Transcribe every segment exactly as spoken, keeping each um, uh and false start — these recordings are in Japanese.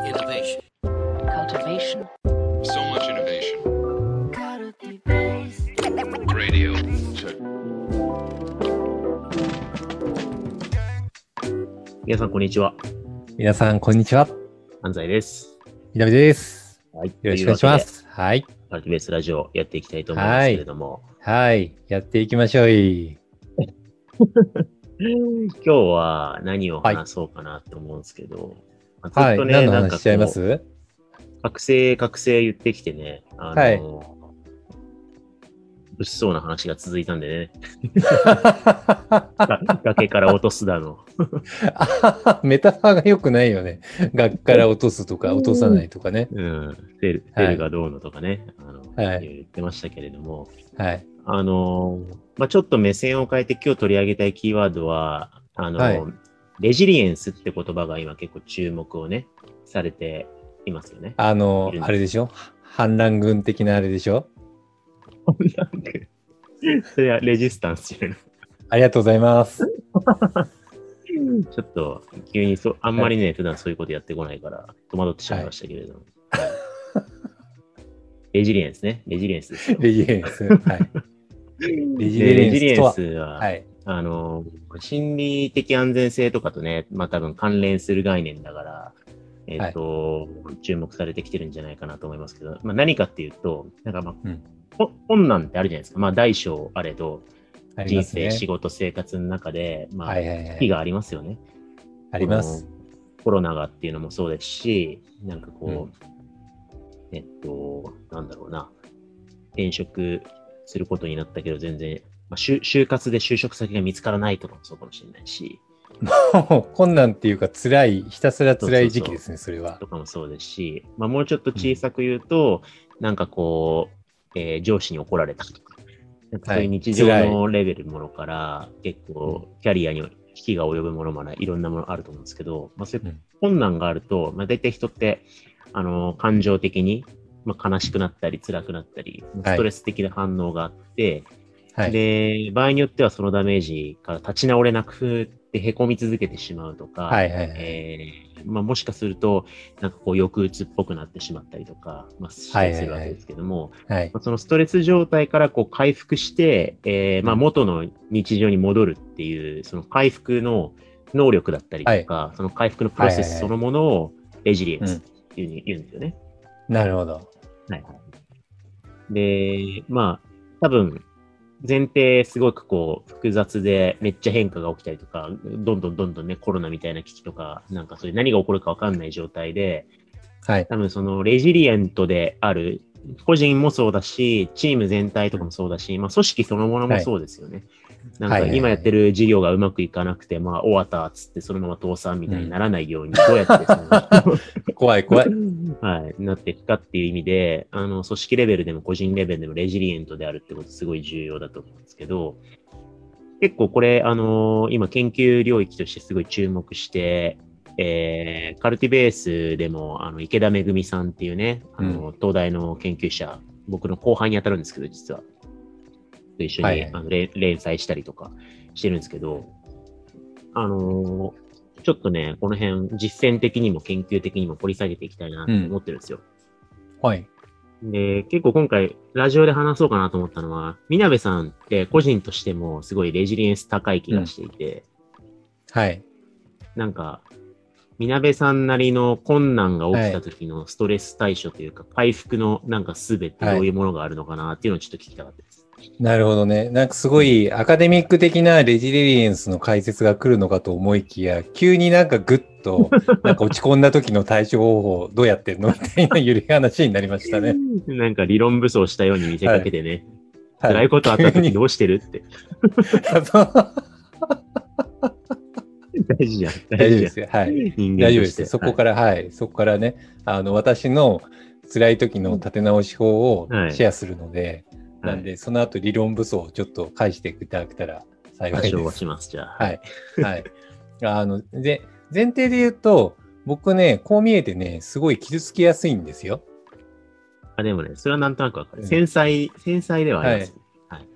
Innovation. Cultivation. So much innovation. Radio. Check. 皆さんこんにちは。 皆さんこんにちは。 安西です。 南です。 はい。 よろしくお願いします。はい。 カルティベースラジオやっていきたいと思いますけれども。 はい。はい、やっていきましょうい。 今日は何を話そうかなって思うんですけど。 はい。ずっとね、はい、何の話しちゃいます？ 覚醒、覚醒言ってきてね。あの、はい、物騒な話が続いたんでね。崖から落とすだの。 メタファーが良くないよね。崖から落とすとか落とさないとかね。 うん。セル、セルがどうのとかね。あの、はい、言ってましたけれども。はい。あの、まあ、ちょっと目線を変えて今日取り上げたいキーワードは、あの、はい、レジリエンスって言葉が今結構注目をね、されていますよね。 あの、あれでしょ？反乱軍的なあれでしょ？ 反乱軍それはレジスタンスじゃないの？ ありがとうございます。 ちょっと、急にそ、あんまりね、はい、普段そういうことやってこないから、戸惑ってしまいましたけれども。はい、レジリエンスね。レジリエンスですよ。 レジリエンス。はい。 レジリエンスは、はい、あの、心理的安全性とかとね、まあ多分関連する概念だから、えっ、ー、と、はい、注目されてきてるんじゃないかなと思いますけど、まあ何かっていうと、なんかまあ、うん、困難ってあるじゃないですか。まあ大小あれど、人生、ね、仕事、生活の中で、まあ、はいはいはい、危機がありますよね。 あります。 コロナがっていうのもそうですし、なんかこう、うん、えっと、なんだろうな、転職することになったけど全然、まあ、就, 就活で就職先が見つからないとかもそうかもしれないし。 もう困難っていうか辛い、ひたすら辛い時期ですね、それは。 とかもそうですし、まあもうちょっと小さく言うと、うん、なんかこう、えー、上司に怒られたとか、なんかそういう日常のレベルものから、はい、結構キャリアに危機が及ぶものもない、いろんなものあると思うんですけど、まあそういう困難があると、まあ大体人って、あの、感情的に、まあ、悲しくなったり辛くなったり、ストレス的な反応があって、はい、で、場合によってはそのダメージから立ち直れなくて凹み続けてしまうとか、はいはいはい、えーまあ、もしかすると、なんかこう抑うつっぽくなってしまったりとか、まあ、したりするわけですけども、はいはいはいまあ、そのストレス状態からこう回復して、えーまあ、元の日常に戻るっていう、その回復の能力だったりとか、はい、その回復のプロセスそのものをレジリエンスっていうふうに言うんですよね。 うん、なるほど。 はい。で、まあ、多分、前提すごくこう、複雑でめっちゃ変化が起きたりとか、どんどんどんどんね、コロナみたいな危機とか、なんかそういう何が起こるかわかんない状態で、はい。多分そのレジリエントである、個人もそうだし、チーム全体とかもそうだし、まあ組織そのものもそうですよね。はい、なんか今やってる事業がうまくいかなくて、まあ終わったっつってそのまま倒産みたいにならないように、どうやってその怖い怖い。 はい、なっていくかっていう意味で、あの、組織レベルでも個人レベルでもレジリエントであるってことすごい重要だと思うんですけど、結構これ、あのー、今研究領域としてすごい注目して、えー、カルティベースでも、あの、池田めぐみさんっていうね、あの、うん、東大の研究者、僕の後輩に当たるんですけど、実は。一緒に、はいはい、あの連載したりとかしてるんですけど、あのー、ちょっとね、この辺、実践的にも研究的にも掘り下げていきたいなと思ってるんですよ。 うん、はい。 で、結構今回、ラジオで話そうかなと思ったのは、みなべさんって個人としてもすごいレジリエンス高い気がしていて、 うん、はい。 なんか、みなべさんなりの困難が起きた時のストレス対処というか、はい、回復のなんか術ってどういうものがあるのかなっていうのをちょっと聞きたかったです。 はい、なるほどね。なんかすごいアカデミック的なレジリエンスの解説が来るのかと思いきや、急になんかグッと、なんか落ち込んだ時の対処方法どうやってんのみたいなゆるい話になりましたね。 なんか理論武装したように見せかけてね。はい、辛いことあった時どうしてるって。大事じゃん。 大丈夫ですよ。はい。大丈夫ですよ。そこから、はい、はい。そこからね、あの、私の辛い時の立て直し法をシェアするので、はい、なんで、その後理論武装をちょっと返していただけたら幸いです。 多少はします、じゃあ。はい。はい。あの、で、前提で言うと、僕ね、こう見えてね、すごい傷つきやすいんですよ。 あ、でもね、それはなんとなくわかる。うん、繊細、繊細ではあります、ね。はい。はい、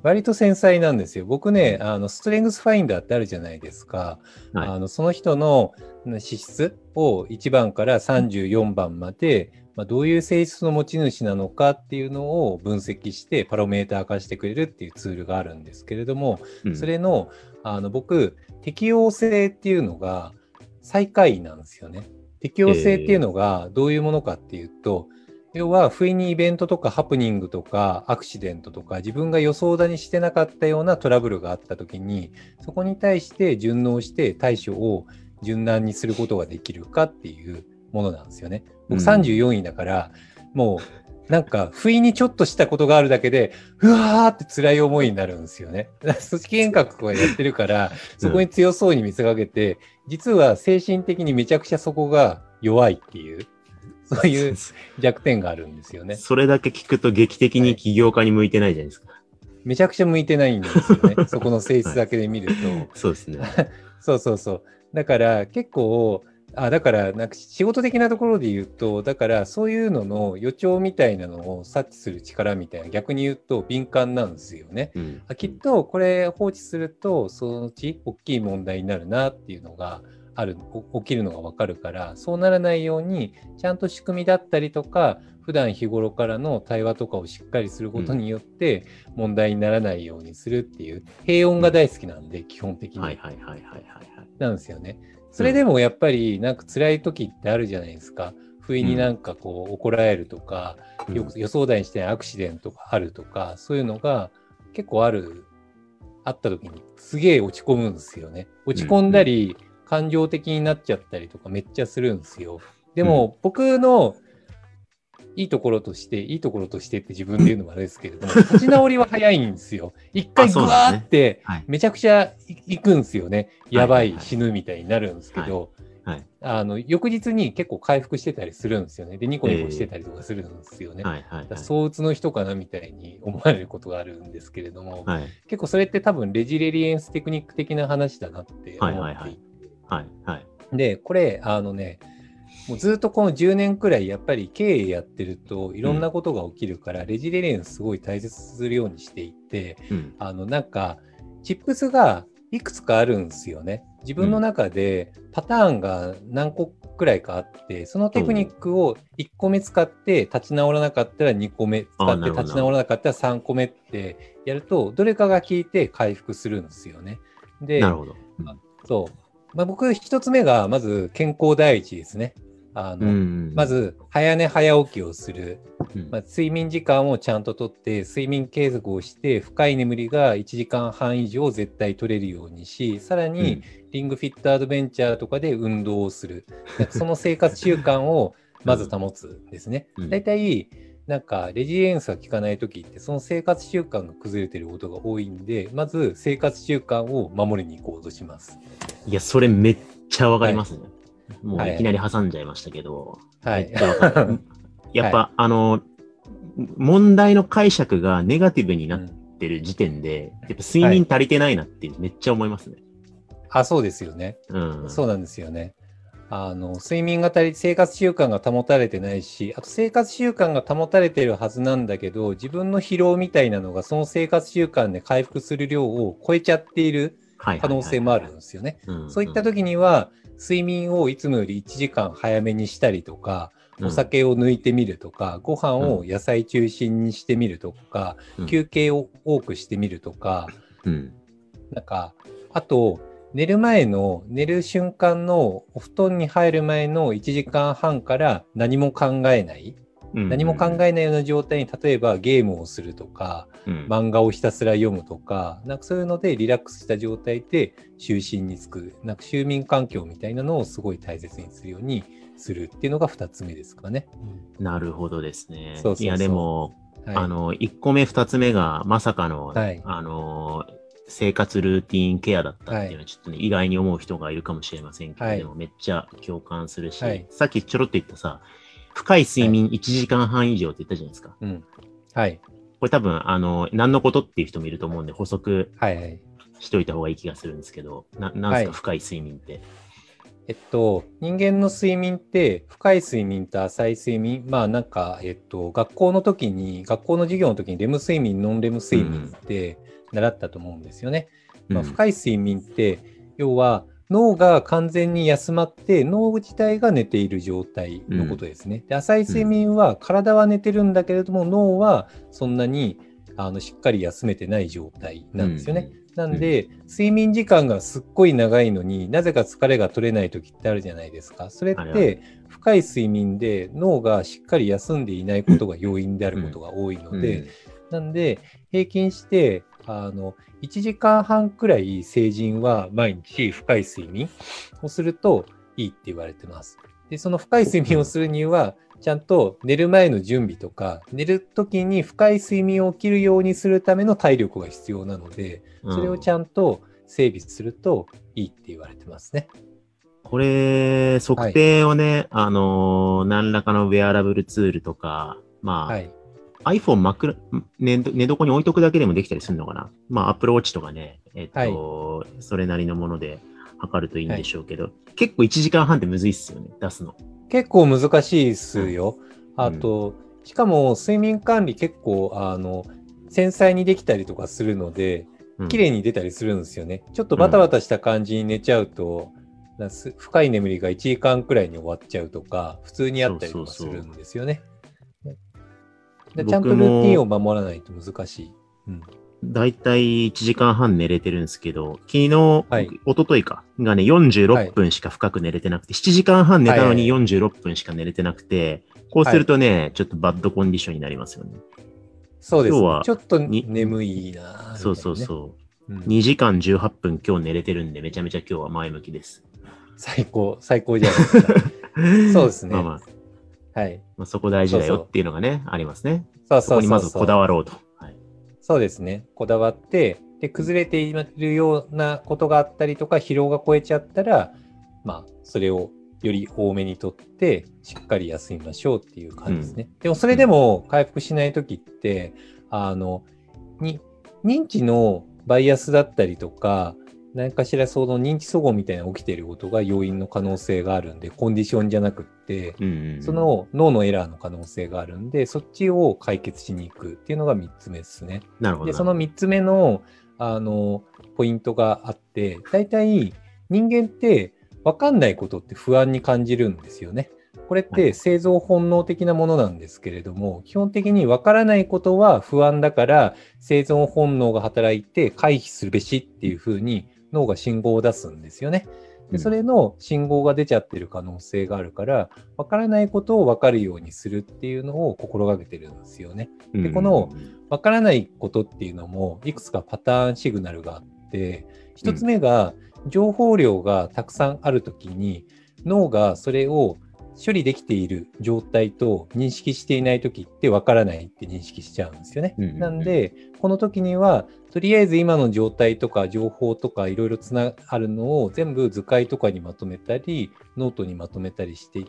割と繊細なんですよ。僕ね、あのストレングスファインダーってあるじゃないですか。はい、あのその人の資質をいちばんからさんじゅうよんばんまで、まあ、どういう性質の持ち主なのかっていうのを分析してパロメーター化してくれるっていうツールがあるんですけれども、うん、それの、あの僕、適応性っていうのが最下位なんですよね。適応性っていうのがどういうものかっていうと、えー、要は不意にイベントとかハプニングとかアクシデントとか自分が予想だにしてなかったようなトラブルがあったときに、そこに対して順応して対処を柔軟にすることができるかっていうものなんですよね。僕さんじゅうよんいだから、うん、もうなんか不意にちょっとしたことがあるだけでうわーって辛い思いになるんですよね。組織変革をやってるからそこに強そうに見せかけて、実は精神的にめちゃくちゃそこが弱いっていうそういう弱点があるんですよね。 それだけ聞くと劇的に起業家に向いてないじゃないですか。はい、 めちゃくちゃ向いてないんですよね。そこの性質だけで見ると。はい、 そうですね。 そうそうそう。だから結構、あ、だからなんか仕事的なところで言うと、だからそういうのの予兆みたいなのを察知する力みたいな、逆に言うと敏感なんですよね。うん、あ、きっとこれ放置するとそのうち大きい問題になるなっていうのがある、起きるのが分かるから、そうならないようにちゃんと仕組みだったりとか普段日頃からの対話とかをしっかりすることによって問題にならないようにするっていう、平穏が大好きなんで、うん、基本的にはいはいはいはいはいなんですよね。それでもやっぱりなんか辛い時ってあるじゃないですか。不意になんかこう怒られるとか、うん、よく予想だにしてないアクシデントがあるとか、そういうのが結構あるあった時にすげえ落ち込むんですよね。落ち込んだり、うん感情的になっちゃったりとかめっちゃするんですよ。でも、うん、僕のいいところとして、いいところとしてって自分で言うのもあれですけれども、立ち直りは早いんですよ。一回グワーってめちゃくちゃ行くんですよね。やばい、死ぬみたいになるんですけど、はいはい、あの翌日に結構回復してたりするんですよね。で、ニコニコしてたりとかするんですよね。躁うつの人かなみたいに思われることがあるんですけれども、はい、結構それって多分レジレリエンステクニック的な話だなって思っていて、はいはいはいはいはい、でこれあのねもうずっとこのじゅうねんくらいやっぱり経営やってるといろんなことが起きるから、うん、レジレリエンスすごい大切にするようにしていて、うん、あのなんかチップスがいくつかあるんですよね。自分の中でパターンが何個くらいかあってそのテクニックをいっこめ使って立ち直らなかったらにこめ使って立ち直らなかったらさんこめってやるとどれかが効いて回復するんですよね。で、なるほど、うん、そうまあ、僕一つ目がまず健康第一ですね。あの、うん、まず早寝早起きをする、うんまあ、睡眠時間をちゃんととって睡眠継続をして深い眠りがいちじかんはん以上絶対取れるようにし、さらにリングフィットアドベンチャーとかで運動をする、うん、その生活習慣をまず保つですね。うん、だいたいなんかレジリエンスが効かないときってその生活習慣が崩れていることが多いんで、まず生活習慣を守りに行こうとします。 いや、それめっちゃわかりますね。はい、もういきなり挟んじゃいましたけど。はい。やっぱ、はい、あの、問題の解釈がネガティブになってる時点で、うん、やっぱ睡眠足りてないなってめっちゃ思いますね。 はい、あ、そうですよね。うん。そうなんですよね。あの睡眠が足り生活習慣が保たれてないし、あと生活習慣が保たれてるはずなんだけど自分の疲労みたいなのがその生活習慣で回復する量を超えちゃっている可能性もあるんですよね。そういった時には睡眠をいつもよりいちじかん早めにしたりとか、お酒を抜いてみるとか、ご飯を野菜中心にしてみるとか、休憩を多くしてみるとか、なんかあと寝る前の寝る瞬間のお布団に入る前のいちじかんはんから何も考えない、うんうん、何も考えないような状態に例えばゲームをするとか、うん、漫画をひたすら読むとか、なんかそういうのでリラックスした状態で就寝につく、なんか睡眠環境みたいなのをすごい大切にするようにするっていうのがふたつめですかね。 なるほどですね。そうそうそう、いやでも、はい、あのいっこめふたつめがまさかの、はい、あの生活ルーティーンケアだったっていうのはちょっとね、はい、意外に思う人がいるかもしれませんけど、はい、でもめっちゃ共感するし、はい、さっきちょろっと言ったさ、深い睡眠いちじかんはん以上って言ったじゃないですか。はい、うん。はい。これ多分、あの、何のことっていう人もいると思うんで、補足しといた方がいい気がするんですけど、な、なんですか、はい、深い睡眠って。 えっと、人間の睡眠って、深い睡眠と浅い睡眠、まあなんか、えっと、学校の時に、学校の授業の時にレム睡眠、ノンレム睡眠って習ったと思うんですよね。うん、まあ、深い睡眠って、要は脳が完全に休まって、脳自体が寝ている状態のことですね。うん、で、浅い睡眠は、体は寝てるんだけれども、脳はそんなにあのしっかり休めてない状態なんですよね。うん、なんで、睡眠時間がすっごい長いのになぜか疲れが取れない時ってあるじゃないですか。それって深い睡眠で脳がしっかり休んでいないことが要因であることが多いので、なんで平均してあのいちじかんはんくらい成人は毎日深い睡眠をするといいって言われてます。で、その深い睡眠をするにはちゃんと寝る前の準備とか、寝るときに深い睡眠を起きるようにするための体力が必要なので、それをちゃんと整備するといいって言われてますね。 これ、測定をね、はい、あのー、何らかのウェアラブルツールとか、まあ、はい、iPhone 枕、寝、寝床に置いとくだけでもできたりするのかな。まあ、Apple Watch とかね、えっと、はい、それなりのもので測るといいんでしょうけど、はい、結構いちじかんはんってむずいっすよね、出すの。 結構難しいっすよ。うん、あと、しかも睡眠管理結構、あの、繊細にできたりとかするので、綺麗に出たりするんですよね。うん、ちょっとバタバタした感じに寝ちゃうと、うん、深い眠りがいちじかんくらいに終わっちゃうとか、普通にあったりとかするんですよね。そうそうそう、ちゃんとルーティンを守らないと難しい。うん、 だいたいいちじかんはん寝れてるんですけど、昨日、はい、一昨日か、がね、よんじゅうろっぷんしか深く寝れてなくて、はい、しちじかんはん寝たのによんじゅうろっぷんしか寝れてなくて、こうするとね、はい、ちょっとバッドコンディションになりますよね。 そうですね。今日はちょっと眠いな、ね。 そうそうそう、うん。にじかんじゅうはっぷん今日寝れてるんで、めちゃめちゃ今日は前向きです。 最高、最高じゃないですか。そうですね。 まあまあ。はい。 まあ、そこ大事だよっていうのがね、そうそうありますね。 そうそうそうそう。 そこにまずこだわろうと。はい、 そうですね。こだわって、で、崩れているようなことがあったりとか、疲労が超えちゃったら、まあ、それをより多めにとって、しっかり休みましょうっていう感じですね。うん、でも、それでも回復しないときって、あの、に、認知のバイアスだったりとか、何かしらその認知阻害みたいなのが起きていることが要因の可能性があるんで、コンディションじゃなくって、うんうんうん、その脳のエラーの可能性があるんで、そっちを解決しに行くっていうのがみっつめですね。 なるほど。 で、そのみっつめの、あの、ポイントがあって、大体人間って分かんないことって不安に感じるんですよね。これって生存本能的なものなんですけれども、基本的に分からないことは不安だから生存本能が働いて回避するべしっていうふうに脳が信号を出すんですよね。で、それの信号が出ちゃってる可能性があるから、分からないことを分かるようにするっていうのを心がけてるんですよね。で、この分からないことっていうのもいくつかパターンシグナルがあって、一つ目が情報量がたくさんあるときに脳がそれを処理できている状態と認識していないときって分からないって認識しちゃうんですよね。うんうんうん、なんで、この時には、とりあえず今の状態とか情報とかいろいろつながるのを全部図解とかにまとめたり、ノートにまとめたりしていって、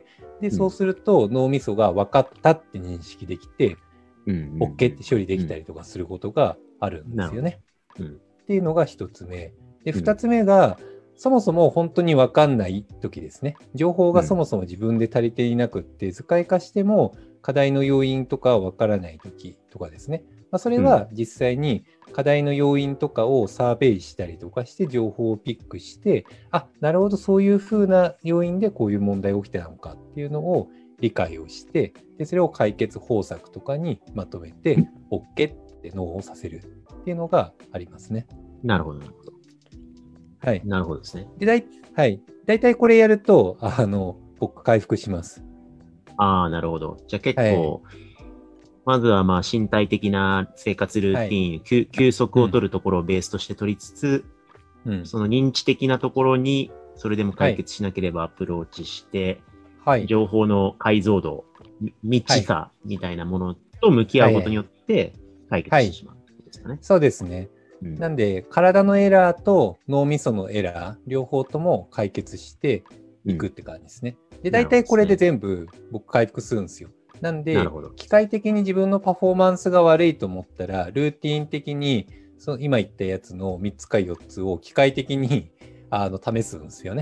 で、そうすると脳みそが分かったって認識できて、うんうんうん、OK って処理できたりとかすることがあるんですよね。うん、っていうのが一つ目。で、二つ目が、うん、そもそも本当に分かんない時ですね。情報がそもそも自分で足りていなくって、うん、図解化しても課題の要因とか分からない時とかですね。まあ、それは実際に課題の要因とかをサーベイしたりとかして情報をピックして、あ、なるほど、そういうふうな要因でこういう問題が起きてたのかっていうのを理解をして、でそれを解決方策とかにまとめて、OK って脳をさせるっていうのがありますね。 なるほど、なるほど。 はい。 なるほどですね。 で、だい、はい。だいたいこれやると、あの、僕回復します。 ああ、なるほど。じゃあ結構、はい、まずはまあ身体的な生活ルーティーン、はい、休息を取るところをベースとして取りつつ、うん、その認知的なところにそれでも解決しなければアプローチして、はい、情報の解像度、未知さみたいなものと向き合うことによって解決してしまうってことですかね。 はいはい、そうですね。うん、なんで、体のエラーと脳みそのエラー、両方とも解決していくって感じですね。うん、で、大体これで全部僕回復するんですよ。なんで、機械的に自分のパフォーマンスが悪いと思ったら、ルーティーン的に、その今言ったやつのみっつかよっつを機械的にあの試すんですよね。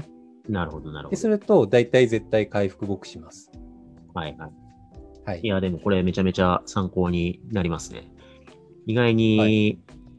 なるほど、なるほど。 ですると、大体絶対回復僕します。 はいはい。 はい。 いや、でもこれめちゃめちゃ参考になりますね。意外に、はい、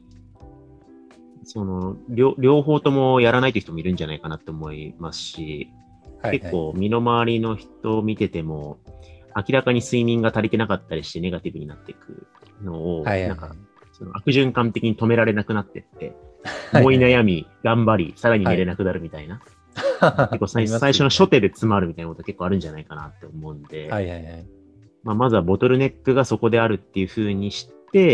その両、両方ともやらないという人もいるんじゃないかなって思いますし、はいはい、結構身の回りの人を見てても、明らかに睡眠が足りてなかったりしてネガティブになっていくのを、はいはいはい、なんか、その悪循環的に止められなくなってって、思い悩み、頑張り、さらに寝れなくなるみたいな。はい、結構最最初の初手で詰まるみたいなこと結構あるんじゃないかなって思うんで、はいはいはい、まあ、まずはボトルネックがそこであるっていう風にして、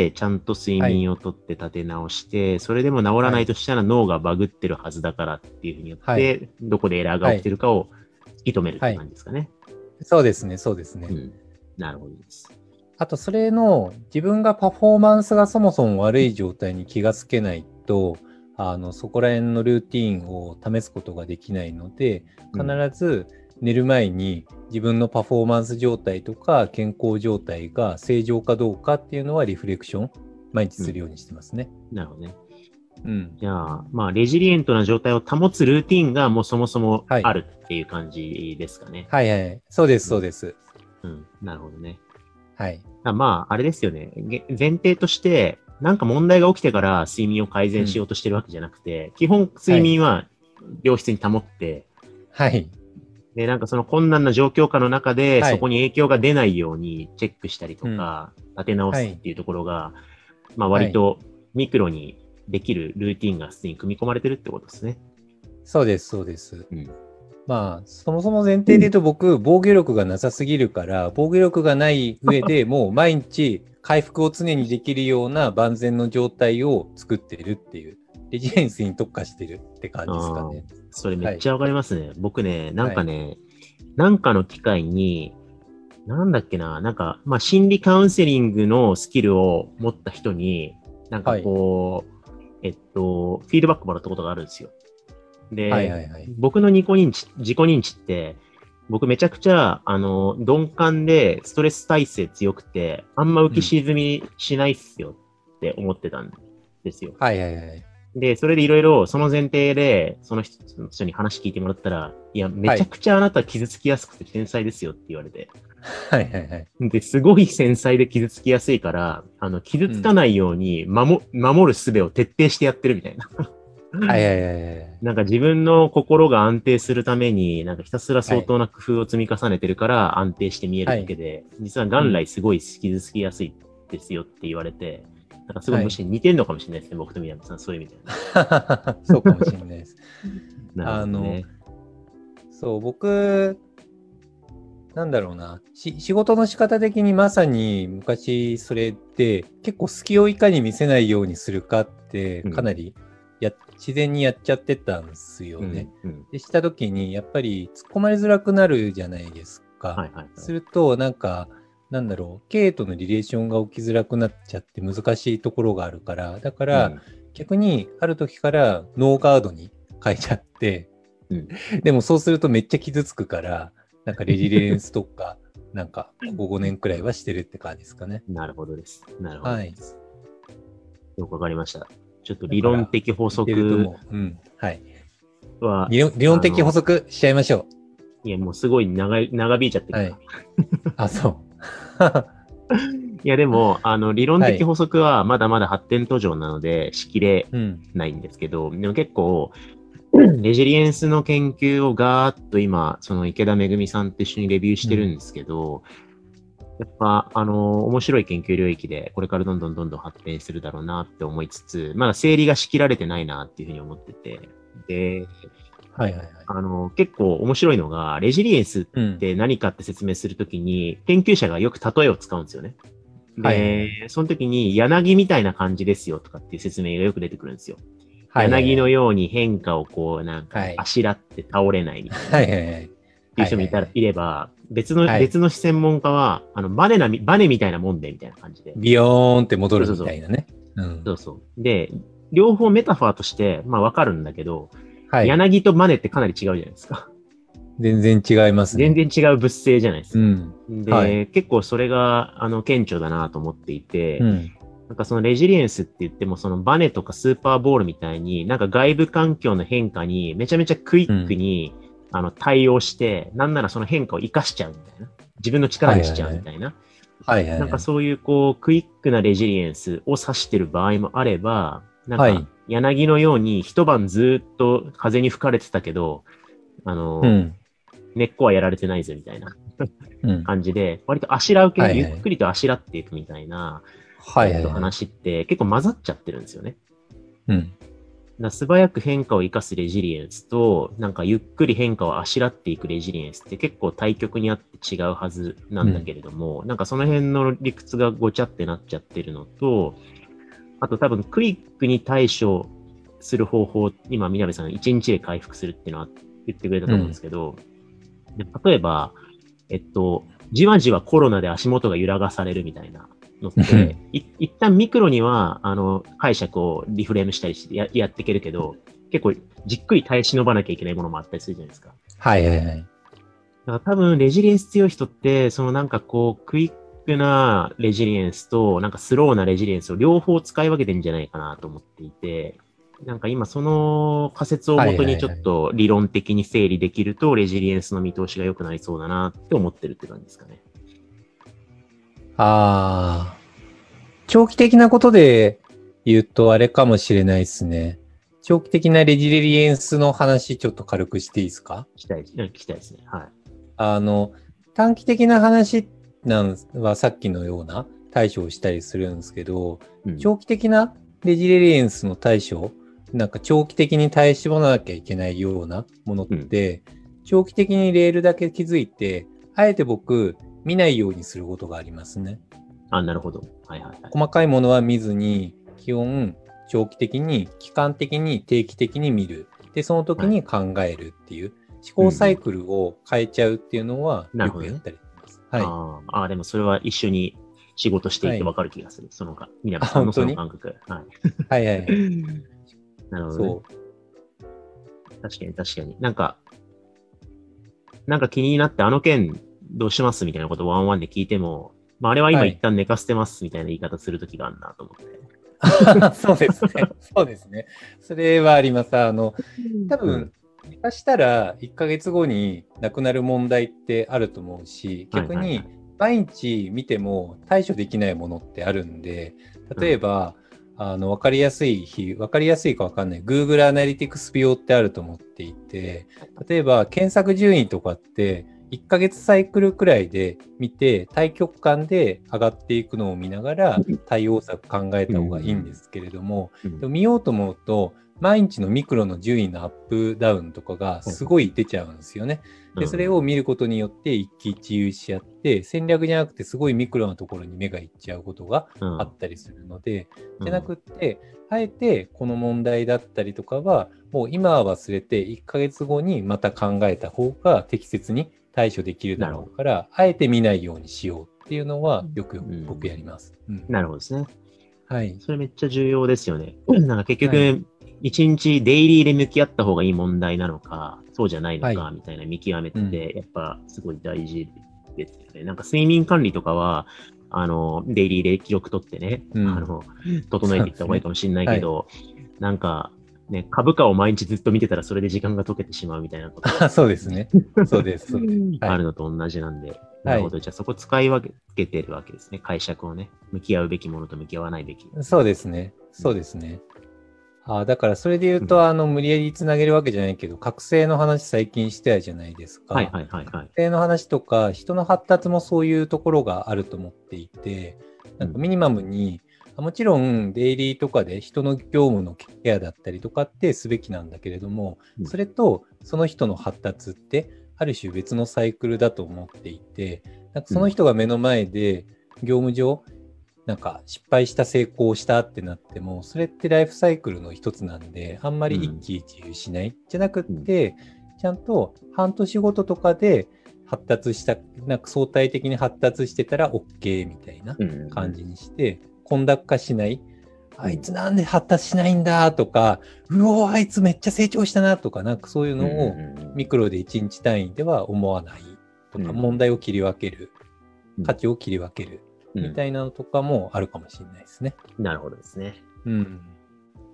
ちゃんと睡眠をとって立て直して、はい、それでも治らないとしたら脳がバグってるはずだからっていう風によって、はい、どこでエラーが起きてるかを突き止めるって感じですかね。 はい、そうですね、そうですね。 うん、なるほどです。 あと、それの自分がパフォーマンスがそもそも悪い状態に気がつけないと、あの、そこら辺のルーティーンを試すことができないので、必ず寝る前に自分のパフォーマンス状態とか健康状態が正常かどうかっていうのはリフレクション、毎日するようにしてますね。 うん、なるほどね。うん。じゃあ、まあ、レジリエントな状態を保つルーティーンがもうそもそもあるっていう感じですかね。 はい、はいはい。そうです、そうです。 うん、うん、なるほどね。 はい。 まあ、あれですよね。前提として、なんか問題が起きてから睡眠を改善しようとしてるわけじゃなくて、うん、基本睡眠は良質に保って、 はい。 で、なんかその困難な状況下の中で、そこに影響が出ないようにチェックしたりとか、うん、立て直すっていうところが、はい、まあ割とミクロにできるルーティンがすでに組み込まれてるってことですね。 そうです、そうです。うん、まあ、そもそも前提で言うと僕、防御力がなさすぎるから、防御力がない上でもう毎日回復を常にできるような万全の状態を作ってるっていう、レジリエンスに特化してるって感じですかね。 それめっちゃわかりますね。はい、僕ね、なんかね、はい、なんかの機会に、なんだっけな、なんか、まあ、心理カウンセリングのスキルを持った人に、なんかこう、はい、えっと、フィードバックもらったことがあるんですよ。で、はいはいはい、僕の自己認知、自己認知って、僕めちゃくちゃ、あの、鈍感でストレス耐性強くて、あんま浮き沈みしないっすよって思ってたんですよ。 うん、はいはいはい。 で、それでいろいろその前提で、その人に話聞いてもらったら、いや、めちゃくちゃあなた傷つきやすくて天才ですよって言われて。 はいはいはい。 で、すごい繊細で傷つきやすいから、あの、傷つかないように守、うん、守る術を徹底してやってるみたいな。 はいはいはいはい。 なんか自分の心が安定するために、なんかひたすら相当な工夫を積み重ねてるから安定して見えるだけで、はい、実は元来すごい傷つきやすいですよって言われて、なんかすごいむしろ似てるのかもしれないですね、はい、僕と宮本さん、そういう意味で。 そうかもしれないです。 なるほどね。 あの、そう、僕、なんだろうなし、仕事の仕方的にまさに昔それって結構隙をいかに見せないようにするかってかなりや、うん、自然にやっちゃってたんですよね。うんうん、でした時にやっぱり突っ込まれづらくなるじゃないですか。はいはいはい、するとなんかなんだろう、経営とのリレーションが起きづらくなっちゃって難しいところがあるから、だから、うん、逆にある時からノーガードに変えちゃって、うん、でもそうするとめっちゃ傷つくから、なんかレジリエンスとか、なんかここごねんくらいはしてるって感じですかね。 なるほどです。なるほどです。はい、よくわかりました。ちょっと理論的法則は、 うん、はい。理論、理論的補足しちゃいましょう。いや、もうすごい長い、長引いちゃってるから。はい、 あ、そう。 いや、でも、あの、理論的法則はまだまだ発展途上なので、しきれないんですけど、うん、でも結構、レジリエンスの研究をガーッと今、その池田めぐみさんと一緒にレビューしてるんですけど、うん、やっぱ、あの、面白い研究領域で、これからどんどんどんどん発展するだろうなって思いつつ、まだ整理がしきられてないなっていうふうに思ってて、で、 はいはいはい。 あの、結構面白いのが、レジリエンスって何かって説明するときに、うん、研究者がよく例えを使うんですよね。で、はいはい、その時に柳みたいな感じですよとかっていう説明がよく出てくるんですよ。はいはいはい、柳のように変化をこう、なんか、あしらって倒れないみたいな。はいはいはい。っていう人もいたら、いれば、別の、はい、別の専門家は、あの、バネな、バネみたいなもんで、みたいな感じで。 ビヨーンって戻るみたいなね。 そうそう。で、両方メタファーとして、まあわかるんだけど、はい、柳とバネってかなり違うじゃないですか。 全然違いますね。 全然違う物性じゃないですか。うん、で、 はい、 結構それが、あの、顕著だなと思っていて、うん、なんかそのレジリエンスって言っても、そのバネとかスーパーボールみたいに、なんか外部環境の変化にめちゃめちゃクイックにあの、対応して、なんならその変化を生かしちゃうみたいな。自分の力にしちゃうみたいな。 はいはいはい。 なんかそういう、こう、クイックなレジリエンスを指してる場合もあれば、なんか、柳のように一晩ずっと風に吹かれてたけど、あの、うん、根っこはやられてないぜみたいな感じで、割とあしらう系、はいはい、ゆっくりとあしらっていくみたいな、はいはいはい、話って結構混ざっちゃってるんですよね。うん。だ素早く変化を生かすレジリエンスと、なんかゆっくり変化をあしらっていくレジリエンスって結構対極にあって違うはずなんだけれども、うん、なんかその辺の理屈がごちゃってなっちゃってるのと、あと多分クイックに対処する方法、今南さんいちにちで回復するっていうのは言ってくれたと思うんですけど、うん、例えば、えっと、じわじわコロナで足元が揺らがされるみたいなのって、い一旦ミクロには、あの、解釈をリフレームしたりしてややっていけるけど、結構じっくり耐え忍ばなきゃいけないものもあったりするじゃないですか。 はいはいはい。だから多分、レジリエンス強い人って、そのなんかこう、クイックなレジリエンスと、なんかスローなレジリエンスを両方使い分けてんじゃないかなと思っていて、なんか今その仮説をもとにちょっと理論的に整理できると、レジリエンスの見通しが良くなりそうだなって思ってるって感じですかね。 ああ、長期的なことで言うとあれかもしれないですね。長期的なレジリエンスの話ちょっと軽くしていいですか？ 聞きたい、聞きたいですね。はい。 あの、短期的な話なんはさっきのような対処をしたりするんですけど、うん、長期的なレジリエンスの対処、なんか長期的に耐え絞らなきゃいけないようなものって、うん、長期的にレールだけ築いて、あえて僕、見ないようにすることがありますね。 あ、なるほど。はいはいはい。 細かいものは見ずに、基本、長期的に、期間的に、定期的に見る。で、その時に考えるっていう、はい、思考サイクルを変えちゃうっていうのは、よくやったりします。 ね、はい。ああ、でもそれは一緒に仕事していて分かる気がする。はい、そのか、南さんのその感覚。はい。 はいはいはい。 なるほど、ね。そう。確かに確かに。なんか、なんか気になってあの件どうしますみたいなことをワンワンで聞いても、まあ、あれは今一旦寝かせてますみたいな言い方するときがあるなと思って。 はい、そうですね。そうですね。それはあります。あの、多分、寝かしたらいっかげつごになくなる問題ってあると思うし、逆に毎日見ても対処できないものってあるんで、例えば、うん、あの、わかりやすい日、わかりやすいかわかんない Google アナリティクス病ってあると思っていて、例えば検索順位とかっていっかげつサイクルくらいで見て、対極観で上がっていくのを見ながら対応策考えた方がいいんですけれども、うんうん、でも見ようと思うと、毎日のミクロの順位のアップダウンとかがすごい出ちゃうんですよね。で、それを見ることによって一喜一憂しちゃって、戦略じゃなくてすごいミクロなところに目がいっちゃうことがあったりするので、うん、じゃなくって、あえてこの問題だったりとかは、もう今は忘れていっかげつごにまた考えた方が適切に対処できるだろうから、あえて見ないようにしようっていうのはよく僕やります。 うんうん、なるほどですね。 はい。 それめっちゃ重要ですよね。なんか結局、はい一日デイリーで向き合った方がいい問題なのか、そうじゃないのか、みたいな見極めてて、はい、やっぱすごい大事ですよね。なんか睡眠管理とかは、あの、デイリーで記録取ってね、うん、あの、整えていった方がいいかもしれないけど、ねはい、なんか、ね、株価を毎日ずっと見てたらそれで時間が解けてしまうみたいなこと、 ね。そうですね。そうです。そうですはい、あるのと同じなんで。なるほど。はい、じゃあそこ使い分けてるわけですね。解釈をね。向き合うべきものと向き合わないべき。 そうですね。そうですね。あだからそれで言うと、うん、あの無理やりつなげるわけじゃないけど、覚醒の話最近してたじゃないですか。 はいはいはい、はい。 覚醒の話とか、人の発達もそういうところがあると思っていて、なんかミニマムに、うん、もちろんデイリーとかで人の業務のケアだったりとかってすべきなんだけれども、うん、それとその人の発達ってある種別のサイクルだと思っていて、なんかその人が目の前で業務上、なんか失敗した成功したってなっても、それってライフサイクルの一つなんで、あんまり一喜一憂しない、うん、じゃなくって、ちゃんと半年ごととかで発達した、なんか相対的に発達してたら OK みたいな感じにして、混濁化しない。あいつなんで発達しないんだとか、うおー、あいつめっちゃ成長したなとか、なんかそういうのをミクロでいちにち単位では思わないとか、問題を切り分ける、価値を切り分ける。みたいなのとかもあるかもしれないですね。 うん、なるほどですね。 うん。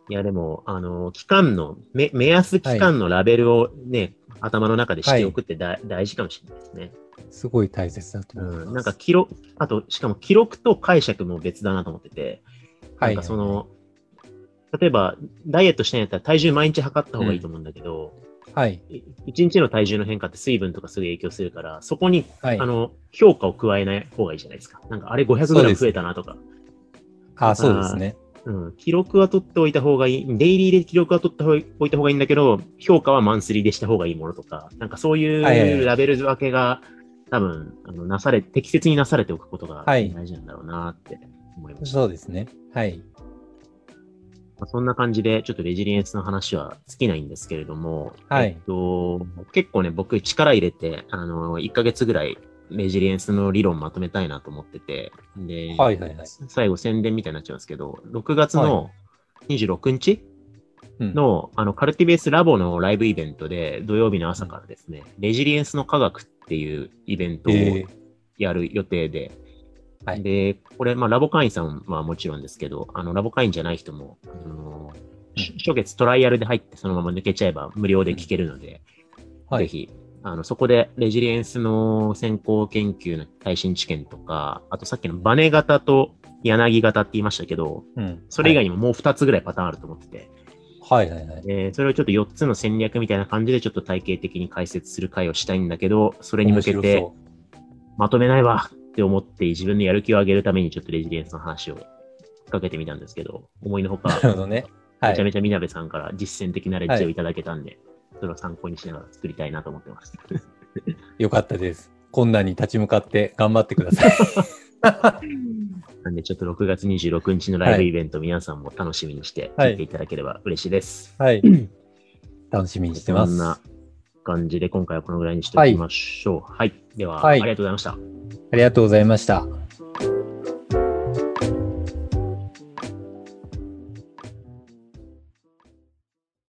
いや、でも、あの、期間の、目目安期間のラベルをね、はい、頭の中でしておくってだ、はい、大事かもしれないですね。 すごい大切だと思います。 うん、なんか記録、あと、しかも記録と解釈も別だなと思ってて、なんかその、はいはいはい、例えば、ダイエットしてんやったら体重毎日測った方がいいと思うんだけど、うん、はい。いちにちの体重の変化って水分とかすぐ影響するから、そこに、はい、あの、評価を加えない方がいいじゃないですか。なんか、あれごひゃくグラム増えたなとか。 ああ、そうですね。 うん。記録は取っておいた方がいい。デイリーで記録は取っておいた方がいいんだけど、評価はマンスリーでした方がいいものとか、なんかそういうラベル分けが、多分、あの、なされ、適切になされておくことが大事なんだろうなって思いました。 はい、そうですね。はい。 まあ、そんな感じで、ちょっとレジリエンスの話は尽きないんですけれども、はい。えっと、結構ね、僕力入れて、あの、いっかげつぐらい、レジリエンスの理論まとめたいなと思ってて、で、はいはいはい、最後宣伝みたいになっちゃうんですけど、ろくがつのにじゅうろくにちの、はい、あの、カルティベースラボのライブイベントで、土曜日の朝からですね、うん、レジリエンスの科学っていうイベントをやる予定で、えーはい、で、これ、まあ、ラボ会員さんはもちろんですけど、あの、ラボ会員じゃない人も、あの、うん、初月トライアルで入ってそのまま抜けちゃえば無料で聞けるので、うん、ぜひ、はい、あの、そこでレジリエンスの先行研究の耐震知見とか、あとさっきのバネ型と柳型って言いましたけど、うん、それ以外にももうふたつぐらいパターンあると思ってて、はいはいはい。えー、それをちょっとよっつの戦略みたいな感じでちょっと体系的に解説する回をしたいんだけど、それに向けてまとめないわって思って自分のやる気を上げるためにちょっとレジリエンスの話をかけてみたんですけど、思いのほか、なるほどね。はい、めちゃめちゃみなべさんから実践的なレッジをいただけたんで、はい、それを参考にしながら作りたいなと思ってます。 よかったです。困難に立ち向かって頑張ってください。 なんでちょっとろくがつにじゅうろくにちのライブイベント、はい、皆さんも楽しみにして聞いていただければ嬉しいです。 はい。楽しみにしてます。 こんな感じで今回はこのぐらいにしておきましょう。はい。はい、では、はい、ありがとうございました。 ありがとうございました。